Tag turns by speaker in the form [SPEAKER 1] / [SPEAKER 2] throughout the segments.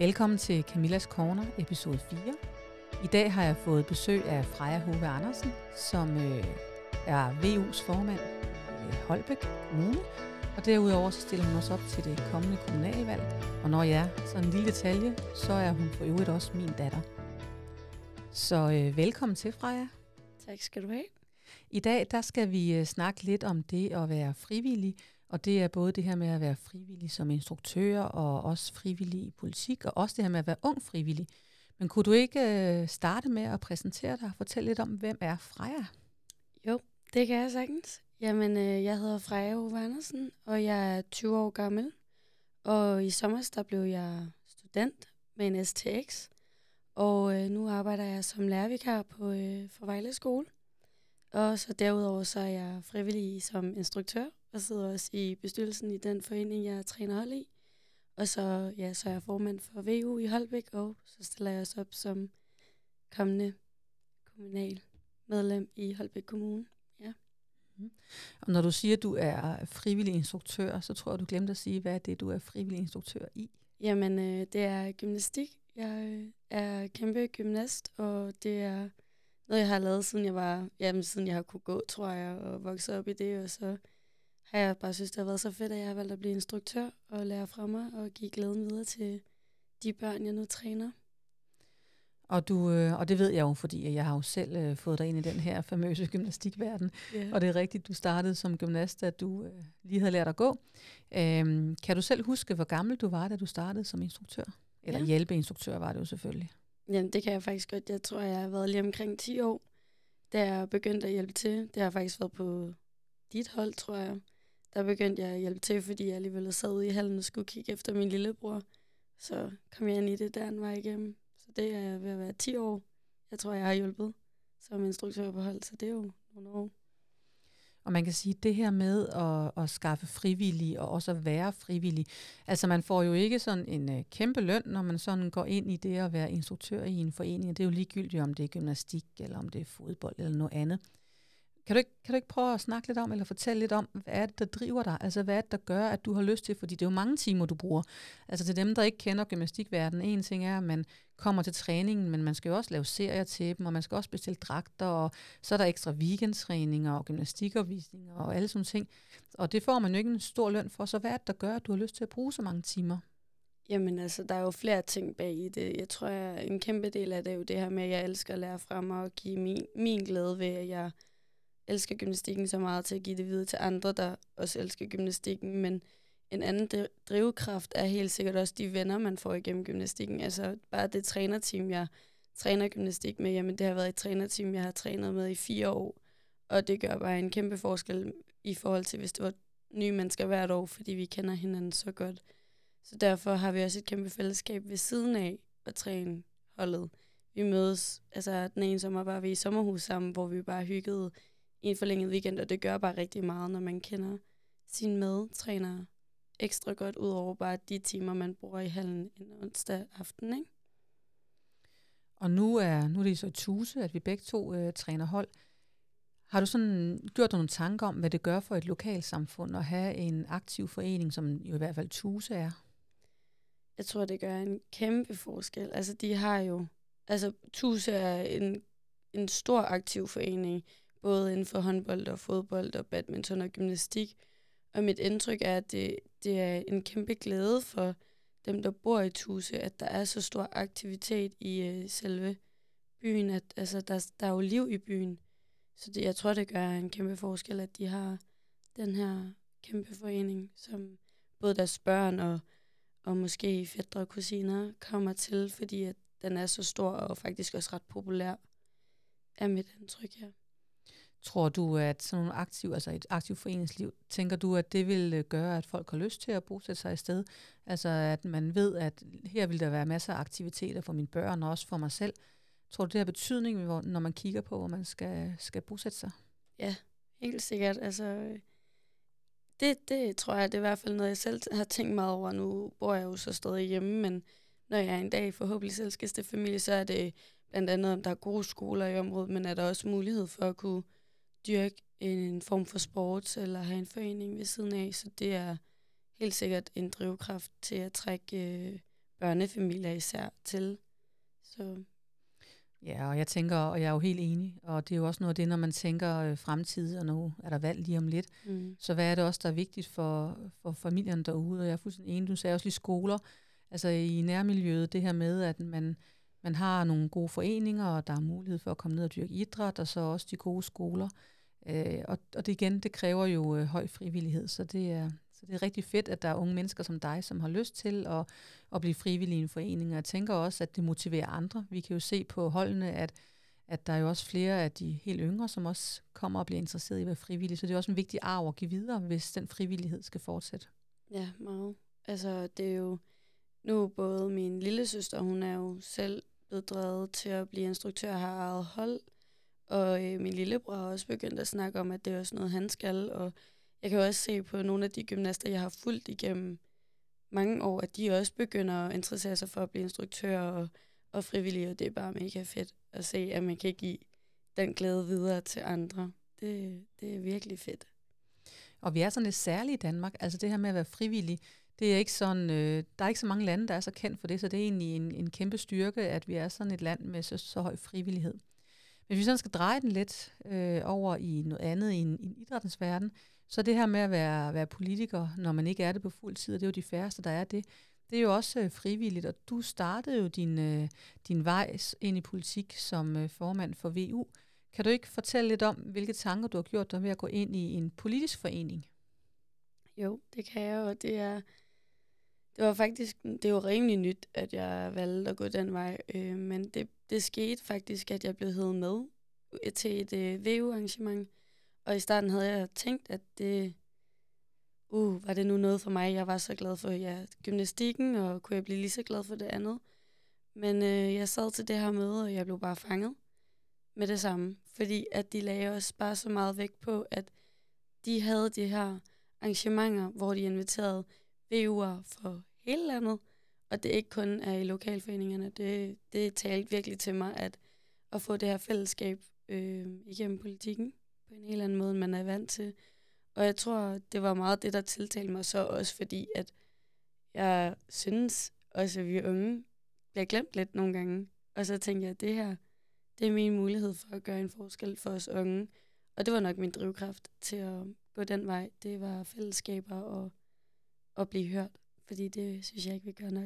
[SPEAKER 1] Velkommen til Camillas Corner, episode 4. I dag har jeg fået besøg af Freja Hove Andersen, som er VU's formand i Holbæk Kommune. Og derudover så stiller hun også op til det kommende kommunalvalg. Og når jeg er sådan en lille detalje, så er hun for øvrigt også min datter. Så velkommen til, Freja.
[SPEAKER 2] Tak skal du have.
[SPEAKER 1] I dag der skal vi snakke lidt om det at være frivillig. Og det er både det her med at være frivillig som instruktør, og også frivillig i politik, og også det her med at være ung frivillig. Men kunne du ikke starte med at præsentere dig og fortælle lidt om, hvem er Freja?
[SPEAKER 2] Jo, det kan jeg sagtens. Jamen, jeg hedder Freja Hove Andersen, og jeg er 20 år gammel. Og i sommer der blev jeg student med en STX. Og nu arbejder jeg som lærervikar på Vejle Skole. Og så derudover så er jeg frivillig som instruktør, og sidder også i bestyrelsen i den forening, jeg træner hold i. Og så, så er jeg formand for VU i Holbæk, og så stiller jeg også op som kommende kommunal medlem i Holbæk Kommune. Ja.
[SPEAKER 1] Og når du siger, at du er frivillig instruktør, så tror jeg, du glemte at sige, hvad er det, du er frivillig instruktør i?
[SPEAKER 2] Jamen, det er gymnastik. Jeg er kæmpe gymnast, og det er noget, jeg har lavet, siden jeg har kunne gå, tror jeg, og vokset op i det, og så har jeg bare synes, det har været så fedt, at jeg har valgt at blive instruktør og lære fra mig og give glæden videre til de børn, jeg nu træner.
[SPEAKER 1] Og det ved jeg jo, fordi jeg har jo selv fået dig ind i den her famøse gymnastikverden. Yeah. Og det er rigtigt, du startede som gymnast, da du lige havde lært at gå. Kan du selv huske, hvor gammel du var, da du startede som instruktør? Eller hjælpeinstruktør var det jo selvfølgelig.
[SPEAKER 2] Jamen, det kan jeg faktisk godt. Jeg tror, jeg har været lige omkring 10 år, da jeg begyndte at hjælpe til. Det har faktisk været på dit hold, tror jeg. Der begyndte jeg at hjælpe til, fordi jeg alligevel sad ude i hallen og skulle kigge efter min lillebror. Så kom jeg ind i det, der han var igennem. Så det er ved at være 10 år. Jeg tror, jeg har hjulpet som instruktør på hold, så det er jo nogle år.
[SPEAKER 1] Og man kan sige, at det her med at skaffe frivillige og også at være frivillig, altså man får jo ikke sådan en kæmpe løn, når man sådan går ind i det at være instruktør i en forening. Det er jo ligegyldigt, om det er gymnastik, eller om det er fodbold, eller noget andet. Kan du ikke prøve at snakke lidt om, eller fortælle lidt om, hvad er det, der driver dig? Altså, hvad er det, der gør, at du har lyst til? Fordi det er jo mange timer, du bruger. Altså, til dem, der ikke kender gymnastikverdenen, en ting er, at man kommer til træningen, men man skal jo også lave serier til dem, og man skal også bestille dragter, og så er der ekstra weekendtræninger og gymnastikopvisninger og alle sådan ting. Og det får man jo ikke en stor løn for. Så hvad er det, der gør, at du har lyst til at bruge så mange timer?
[SPEAKER 2] Jamen, altså, der er jo flere ting bag i det. Jeg tror, en kæmpe del af det er jo det her med, at jeg elsker at lære fra mig og give min glæde ved, at jeg elsker gymnastikken så meget til at give det videre til andre, der også elsker gymnastikken, men en anden drivkraft er helt sikkert også de venner, man får igennem gymnastikken. Altså bare det trænerteam, jeg træner gymnastik med, jamen det har været et trænerteam, jeg har trænet med i 4 år, og det gør bare en kæmpe forskel i forhold til, hvis det var nye mennesker hvert år, fordi vi kender hinanden så godt. Så derfor har vi også et kæmpe fællesskab ved siden af at træne holdet. Vi mødes, altså den ene sommer var vi i sommerhus sammen, hvor vi bare hyggede i en forlænget weekend, og det gør bare rigtig meget, når man kender sine medtrænere ekstra godt, ud over bare de timer, man bruger i hallen en onsdag aften, ikke?
[SPEAKER 1] Og nu er det så i Tuse, at vi begge to træner hold. Har du sådan gjort dig nogle tanker om, hvad det gør for et lokalsamfund at have en aktiv forening, som jo i hvert fald Tuse er?
[SPEAKER 2] Jeg tror, det gør en kæmpe forskel. Altså, Tuse er en stor aktiv forening, både inden for håndbold og fodbold og badminton og gymnastik. Og mit indtryk er, at det er en kæmpe glæde for dem, der bor i Tuse, at der er så stor aktivitet i selve byen. At, altså, der er jo liv i byen. Så jeg tror, det gør en kæmpe forskel, at de har den her kæmpe forening, som både deres børn og måske fætre og kusiner kommer til, fordi at den er så stor og faktisk også ret populær, er mit indtryk, ja.
[SPEAKER 1] Tror du, at sådan nogle et aktivt foreningsliv, tænker du, at det vil gøre, at folk har lyst til at bosætte sig i sted? Altså, at man ved, at her vil der være masser af aktiviteter for mine børn og også for mig selv. Tror du, det har betydning, når man kigger på, hvor man skal bosætte sig?
[SPEAKER 2] Ja, helt sikkert. Altså, det tror jeg, det er i hvert fald noget, jeg selv har tænkt meget over. Nu bor jeg jo så stadig hjemme, men når jeg en dag forhåbentlig selv skal stifte familie, så er det blandt andet, om der er gode skoler i området, men er der også mulighed for at kunne dyrke en form for sport eller have en forening ved siden af. Så det er helt sikkert en drivkraft til at trække børnefamilier især til. Så
[SPEAKER 1] Ja, og jeg tænker, og jeg er jo helt enig, og det er jo også noget af det, når man tænker fremtid, og nu er der valg lige om lidt, så hvad er det også, der er vigtigt for familierne derude? Og jeg er fuldstændig enig, du sagde også lige skoler, altså i nærmiljøet, det her med, at man har nogle gode foreninger, og der er mulighed for at komme ned og dyrke idræt, og så også de gode skoler. Og det igen, det kræver jo høj frivillighed, så det er rigtig fedt, at der er unge mennesker som dig, som har lyst til at blive frivillige i en forening. Og jeg tænker også, at det motiverer andre. Vi kan jo se på holdene, at der er jo også flere af de helt yngre, som også kommer og bliver interesseret i at være frivillige. Så det er også en vigtig arv at give videre, hvis den frivillighed skal fortsætte.
[SPEAKER 2] Ja, meget. Altså, det er jo nu både min lille søster, hun er jo selv blevet drevet til at blive instruktør, har eget hold, og min lillebror har også begyndt at snakke om, at det er også noget, han skal, og jeg kan også se på nogle af de gymnaster, jeg har fulgt igennem mange år, at de også begynder at interessere sig for at blive instruktør og frivillige, og det er bare mega fedt at se, at man kan give den glæde videre til andre. Det er virkelig fedt.
[SPEAKER 1] Og vi er sådan lidt særlige i Danmark, altså det her med at være frivillig, det er ikke sådan, der er ikke så mange lande, der er så kendt for det, så det er egentlig en kæmpe styrke, at vi er sådan et land med så høj frivillighed. Men hvis vi sådan skal dreje den lidt over i noget andet i en idrættens verden, så det her med at være politiker, når man ikke er det på fuld tid, og det er jo de færreste, der er det, det er jo også frivilligt, og du startede jo din vej ind i politik som formand for VU. Kan du ikke fortælle lidt om, hvilke tanker du har gjort dig ved at gå ind i en politisk forening?
[SPEAKER 2] Jo, det kan jeg, og det var rimelig nyt, at jeg valgte at gå den vej, men det skete faktisk, at jeg blev hevet med til et VU-arrangement, og i starten havde jeg tænkt, at var det nu noget for mig? Jeg var så glad for gymnastikken, og kunne jeg blive lige så glad for det andet. Men jeg sad til det her møde, og jeg blev bare fanget med det samme, fordi at de lagde også bare så meget vægt på, at de havde de her arrangementer, hvor de inviterede VU'er for hele landet, og det ikke kun er i lokalforeningerne. Det talte virkelig til mig, at få det her fællesskab igennem politikken på en helt anden måde, end man er vant til. Og jeg tror, det var meget det, der tiltalte mig så også, fordi at jeg synes også, at vi unge bliver glemt lidt nogle gange. Og så tænkte jeg, at det her, det er min mulighed for at gøre en forskel for os unge. Og det var nok min drivkraft til at gå den vej. Det var fællesskaber og blive hørt, fordi det synes jeg ikke, vi gør nok.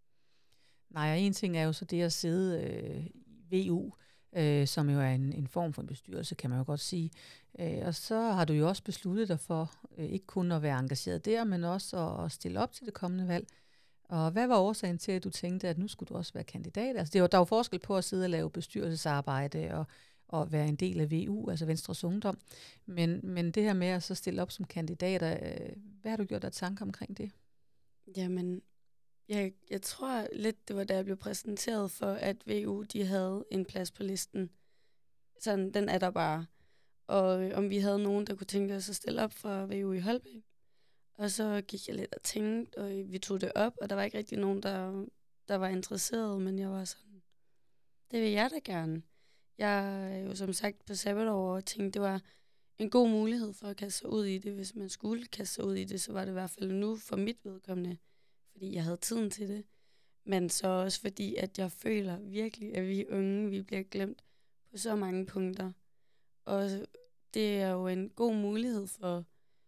[SPEAKER 1] Nej, og en ting er jo så det at sidde i VU, som jo er en form for en bestyrelse, kan man jo godt sige. Og så har du jo også besluttet dig for ikke kun at være engageret der, men også at stille op til det kommende valg. Og hvad var årsagen til, at du tænkte, at nu skulle du også være kandidat? Altså, der er jo forskel på at sidde og lave bestyrelsesarbejde og være en del af VU, altså Venstres Ungdom. Men det her med at så stille op som kandidat, hvad har du gjort dig tanker omkring det?
[SPEAKER 2] Jamen, jeg tror lidt, det var da jeg blev præsenteret for, at VU de havde en plads på listen. Sådan, den er der bare. Og om vi havde nogen, der kunne tænke os at stille op for VU i Holbæk. Og så gik jeg lidt og tænkte, og vi tog det op, og der var ikke rigtig nogen, der var interesseret, men jeg var sådan, det vil jeg da gerne. Jeg er jo som sagt på sabbatår og tænkte, det var en god mulighed for at kaste sig ud i det. Hvis man skulle kaste sig ud i det, så var det i hvert fald nu for mit vedkommende, fordi jeg havde tiden til det. Men så også fordi, at jeg føler virkelig, at vi unge, vi bliver glemt på så mange punkter. Og det er jo en god mulighed for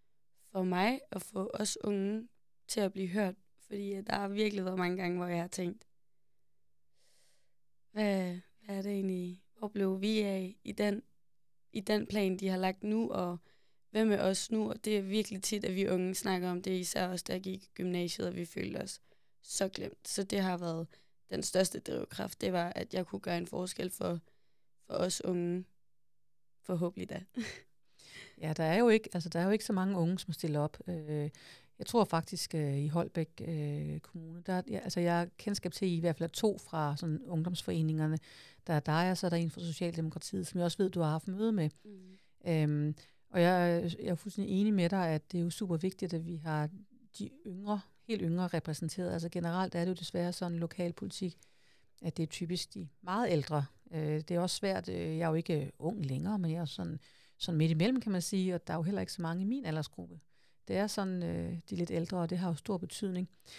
[SPEAKER 2] mig at få os unge til at blive hørt. Fordi der har virkelig været mange gange, hvor jeg har tænkt, hvad er det egentlig? Hvor blev vi af i den plan, de har lagt nu, og hvad med os nu? Og det er virkelig tit, at vi unge snakker om det, især os, der gik i gymnasiet, og vi følte os så glemt. Så det har været den største drivkraft, det var, at jeg kunne gøre en forskel for os unge. Forhåbentlig da.
[SPEAKER 1] Ja, der er jo ikke så mange unge, som stiller op. Jeg tror faktisk i Holbæk Kommune, jeg har kendskab til i hvert fald 2 fra sådan ungdomsforeningerne. Der er dig, og så er der en fra Socialdemokratiet, som jeg også ved, du har haft møde med. Og jeg er fuldstændig enig med dig, at det er jo super vigtigt, at vi har de helt yngre repræsenteret. Altså generelt er det jo desværre sådan en lokalpolitik, at det er typisk de meget ældre. Det er også svært, jeg er jo ikke ung længere, men jeg er sådan midt imellem, kan man sige, og der er jo heller ikke så mange i min aldersgruppe. Det er sådan de lidt ældre, og det har jo stor betydning.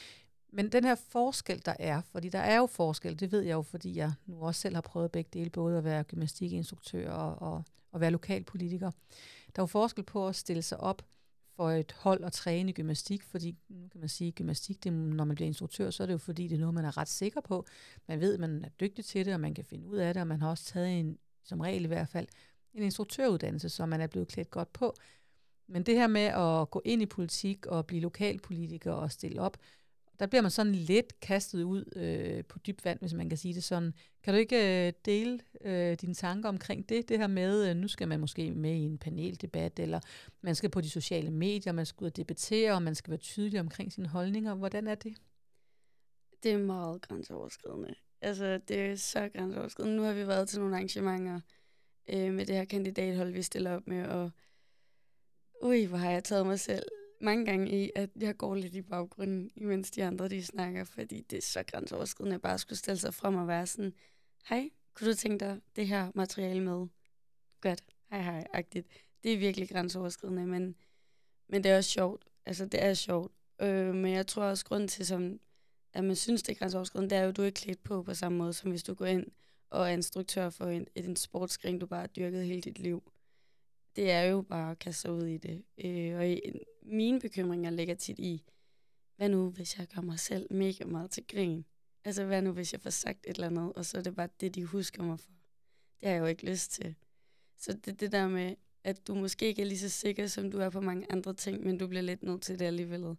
[SPEAKER 1] Men den her forskel, der er, fordi der er jo forskel, det ved jeg jo, fordi jeg nu også selv har prøvet begge dele, både at være gymnastikinstruktør og være lokalpolitiker. Der er jo forskel på at stille sig op for et hold og træne i gymnastik, fordi nu kan man sige, at gymnastik, det, når man bliver instruktør, så er det jo fordi, det er noget, man er ret sikker på. Man ved, at man er dygtig til det, og man kan finde ud af det, og man har også taget en, som regel i hvert fald, en instruktøruddannelse, så man er blevet klædt godt på. Men det her med at gå ind i politik og blive lokalpolitiker og stille op, der bliver man sådan lidt kastet ud på dybt vand, hvis man kan sige det sådan. Kan du ikke dele dine tanker omkring det? Det her med, nu skal man måske med i en paneldebat, eller man skal på de sociale medier, man skal ud og debattere, og man skal være tydelig omkring sine holdninger. Hvordan er det?
[SPEAKER 2] Det er meget grænseoverskridende. Altså, det er så grænseoverskridende. Nu har vi været til nogle arrangementer med det her kandidathold, vi stiller op med, og hvor har jeg taget mig selv mange gange i, at jeg går lidt i baggrunden, imens de andre de snakker, fordi det er så grænseoverskridende, at bare skulle stille sig frem og være sådan, hej, kunne du tænke dig det her materiale med? Godt, hej, agtigt. Det er virkelig grænseoverskridende, men det er også sjovt. Altså, det er sjovt. Men jeg tror også, grunden til, som, at man synes, det er grænseoverskridende, det er jo, at du er ikke klædt på samme måde, som hvis du går ind og er instruktør for en sportsgren, du bare har dyrket hele dit liv. Det er jo bare at kaste sig ud i det. Mine bekymringer ligger tit i, hvad nu, hvis jeg gør mig selv mega meget til grin? Altså, hvad nu, hvis jeg får sagt et eller andet, og så er det bare det, de husker mig for? Det har jeg jo ikke lyst til. Så det der med, at du måske ikke er lige så sikker, som du er på mange andre ting, men du bliver lidt nødt til det alligevel.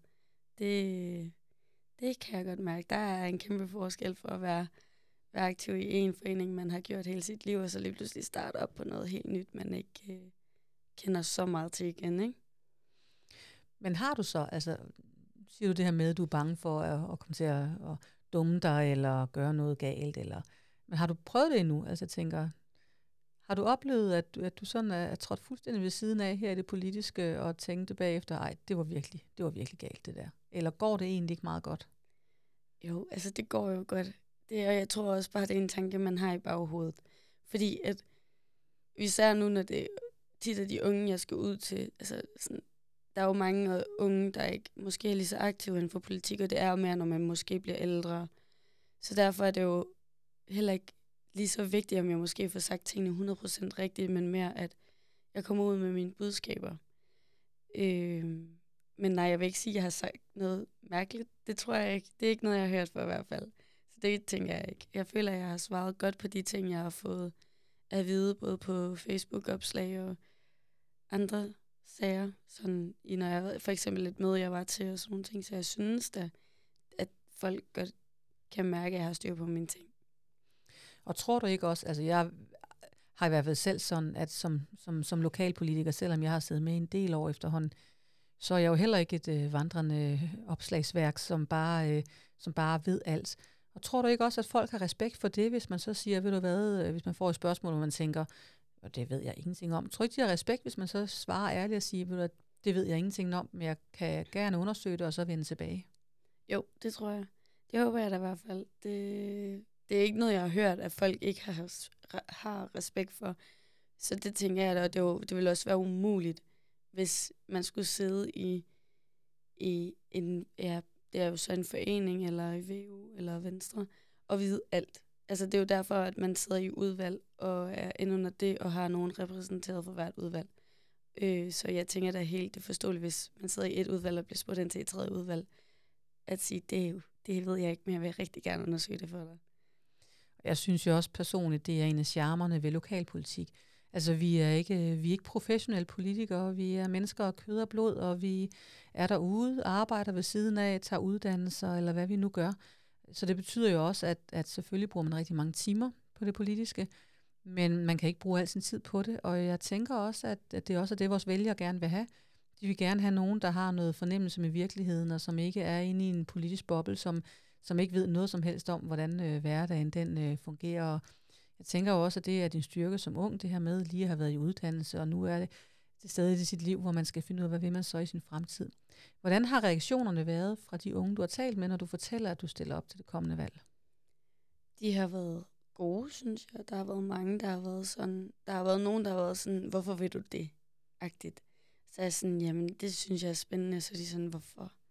[SPEAKER 2] Det kan jeg godt mærke. Der er en kæmpe forskel for at være aktiv i en forening, man har gjort hele sit liv, og så lige pludselig starte op på noget helt nyt, man ikke kender så meget til igen, ikke?
[SPEAKER 1] Men har du så, altså, siger du det her med, at du er bange for at komme til at dumme dig, eller gøre noget galt, eller, men har du prøvet det endnu? Altså, jeg tænker, har du oplevet, at du sådan er trådt fuldstændig ved siden af her i det politiske, og tænkte bagefter, ej, det var virkelig galt det der? Eller går det egentlig ikke meget godt?
[SPEAKER 2] Jo, altså det går jo godt. Og jeg tror også bare, det er en tanke, man har i baghovedet. Fordi at, især nu, når det tit er de unge, jeg skal ud til, altså sådan, der er jo mange unge, der ikke måske er lige så aktive inden for politik, og det er jo mere, når man måske bliver ældre. Så derfor er det jo heller ikke lige så vigtigt, om jeg måske får sagt tingene 100% rigtigt, men mere, at jeg kommer ud med mine budskaber. Men nej, jeg vil ikke sige, at jeg har sagt noget mærkeligt. Det tror jeg ikke. Det er ikke noget, jeg har hørt for i hvert fald. Så det tænker jeg ikke. Jeg føler, at jeg har svaret godt på de ting, jeg har fået at vide, både på Facebook-opslag og andre sager. Sådan, når jeg for eksempel et møde, jeg var til og sådan nogle ting. Så jeg synes da, at folk godt kan mærke, at jeg har styr på mine ting.
[SPEAKER 1] Og tror du ikke også, altså jeg har i hvert fald selv sådan, at som lokalpolitiker, selvom jeg har siddet med en del år efterhånden, så er jeg jo heller ikke et vandrende opslagsværk, som bare ved alt. Og tror du ikke også, at folk har respekt for det, hvis man så siger, ved du hvad, hvis man får et spørgsmål, hvor man tænker, det ved jeg ingenting om. Tror du ikke, de har respekt, hvis man så svarer ærligt og siger, ved du, det ved jeg ingenting om, men jeg kan gerne undersøge det, og så vende tilbage?
[SPEAKER 2] Jo, det tror jeg. Det håber jeg da i hvert fald. Det er ikke noget, jeg har hørt, at folk ikke har respekt for. Så det tænker jeg da, og det vil også være umuligt, hvis man skulle sidde i en, ja, det er jo så en forening, eller i VU, eller Venstre, og vide alt. Altså det er jo derfor, at man sidder i udvalg, og er inde under det, og har nogen repræsenteret for hvert udvalg. Så jeg tænker da helt, det er forståeligt, hvis man sidder i et udvalg, og bliver spurgt ind til et tredje udvalg, at sige, det ved jeg ikke, men jeg vil rigtig gerne undersøge det for dig.
[SPEAKER 1] Jeg synes jo også personligt, det er en af charmerne ved lokalpolitik. Altså vi er ikke professionelle politikere, vi er mennesker af kød og blod, og vi er derude, arbejder ved siden af, tager uddannelser, eller hvad vi nu gør. Så det betyder jo også, at selvfølgelig bruger man rigtig mange timer på det politiske, men man kan ikke bruge al sin tid på det, og jeg tænker også, at det også er det, vores vælgere gerne vil have. De vil gerne have nogen, der har noget fornemmelse med virkeligheden, og som ikke er inde i en politisk boble, som ikke ved noget som helst om, hvordan hverdagen den fungerer. Jeg tænker også, at det er din styrke som ung, det her med lige at have været i uddannelse, og nu er det stadig i sit liv, hvor man skal finde ud af, hvad vil man så i sin fremtid. Hvordan har reaktionerne været fra de unge, du har talt med, når du fortæller, at du stiller op til det kommende valg?
[SPEAKER 2] De har været gode, synes jeg. Der har været mange, der har været sådan. Der har været nogen, der har været sådan, hvorfor vil du det? Agtigt. Så jeg sådan, jamen det synes jeg er spændende, så de sådan, hvorfor?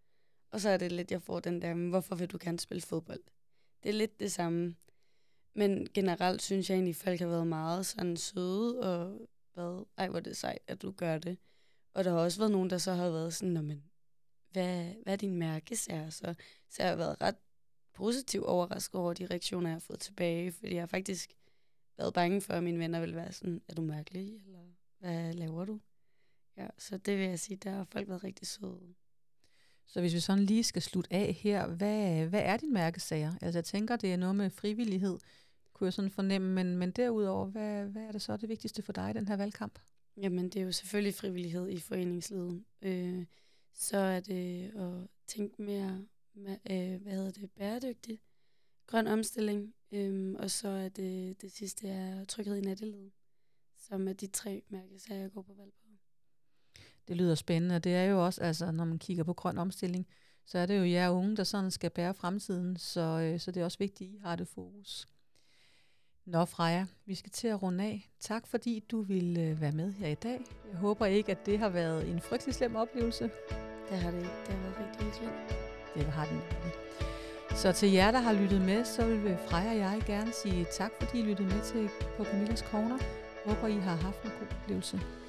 [SPEAKER 2] Og så er det lidt, jeg får den der, men hvorfor vil du gerne spille fodbold? Det er lidt det samme. Men generelt synes jeg egentlig, at folk har været meget sådan søde, og været, ej hvor det sejt, at du gør det. Og der har også været nogen, der så har været sådan, men hvad er din mærkesager? Så jeg har været ret positivt overrasket over de reaktioner, jeg har fået tilbage, fordi jeg har faktisk været bange for, at mine venner ville være sådan, er du mærkelig, eller hvad laver du? Ja, så det vil jeg sige, der har folk været rigtig søde.
[SPEAKER 1] Så hvis vi sådan lige skal slutte af her, hvad er din mærkesager? Altså jeg tænker, det er noget med frivillighed, kunne jeg sådan fornemme, men derudover, hvad er det så det vigtigste for dig i den her valgkamp?
[SPEAKER 2] Jamen, det er jo selvfølgelig frivillighed i foreningslivet. Så er det at tænke mere, bæredygtigt, grøn omstilling, og så er det sidste er tryghed i nattelivet, som er de 3 mærkesager, jeg går på valg på.
[SPEAKER 1] Det lyder spændende, og det er jo også, altså når man kigger på grøn omstilling, så er det jo jer unge, der sådan skal bære fremtiden, så det er også vigtigt, at I har det fokus. Nå Freja, vi skal til at runde af. Tak fordi du ville være med her i dag. Jeg håber ikke, at det har været en frygtelig slem oplevelse.
[SPEAKER 2] Det har det ikke. Det har været rigtig hyggeligt.
[SPEAKER 1] Det har den nemlig. Så til jer, der har lyttet med, så vil Freja og jeg gerne sige tak, fordi I lyttede med til på Camillas Corner. Håber, I har haft en god oplevelse.